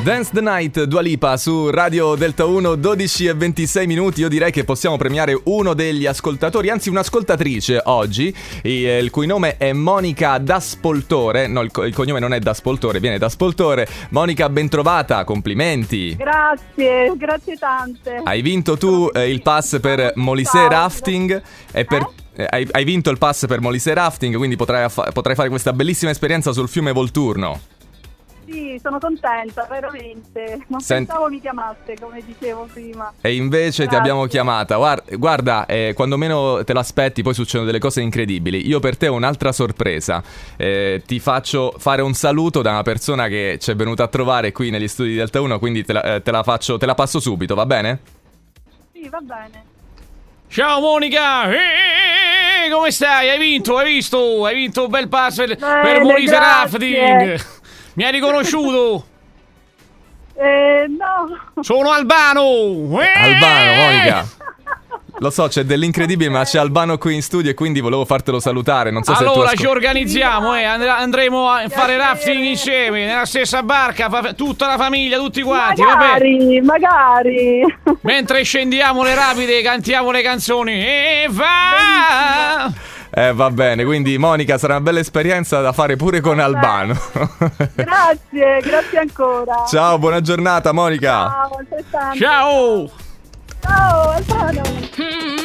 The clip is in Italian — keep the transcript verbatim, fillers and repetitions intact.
Dance the Night, Dua Lipa su Radio Delta uno, dodici e ventisei minuti. Io direi che possiamo premiare uno degli ascoltatori, anzi un'ascoltatrice oggi, eh, il cui nome è Monica Daspoltore. No, il, il cognome non è Daspoltore, viene Daspoltore. Monica, bentrovata, complimenti. Grazie, grazie tante. Hai vinto tu eh, il pass per Molise Rafting e per... Eh? eh, hai, hai vinto il pass per Molise Rafting, quindi potrai, affa- potrai fare questa bellissima esperienza sul fiume Volturno. Sì, sono contenta, veramente. Non Sent- pensavo mi chiamaste, come dicevo prima. E invece Grazie. ti abbiamo chiamata. Guarda, guarda eh, quando meno te l'aspetti poi succedono delle cose incredibili. Io per te ho un'altra sorpresa. Eh, ti faccio fare un saluto da una persona che ci è venuta a trovare qui negli studi di Delta uno, quindi te la, eh, te la faccio, te la passo subito, va bene? Sì, va bene. Ciao Monica, eh, come stai? Hai vinto, hai visto? Hai vinto un bel pass per, Bene, per Molise grazie. Rafting. Mi hai riconosciuto? Eh, no. Sono Albano. Eh! Albano, Monica. Lo so, c'è dell'incredibile, ma c'è Albano qui in studio e quindi volevo fartelo salutare. Non so se tu Allora ascol- ci organizziamo, eh. And- andremo a fare Piacere. rafting insieme, nella stessa barca, fa- tutta la famiglia, tutti quanti, vabbè. Magari, magari. Mentre scendiamo le rapide, cantiamo le canzoni e va! Eh, va bene, quindi Monica, sarà una bella esperienza da fare pure con Albano. Grazie, grazie ancora. Ciao, buona giornata Monica. Ciao, altrettanto. Ciao! Ciao, Albano.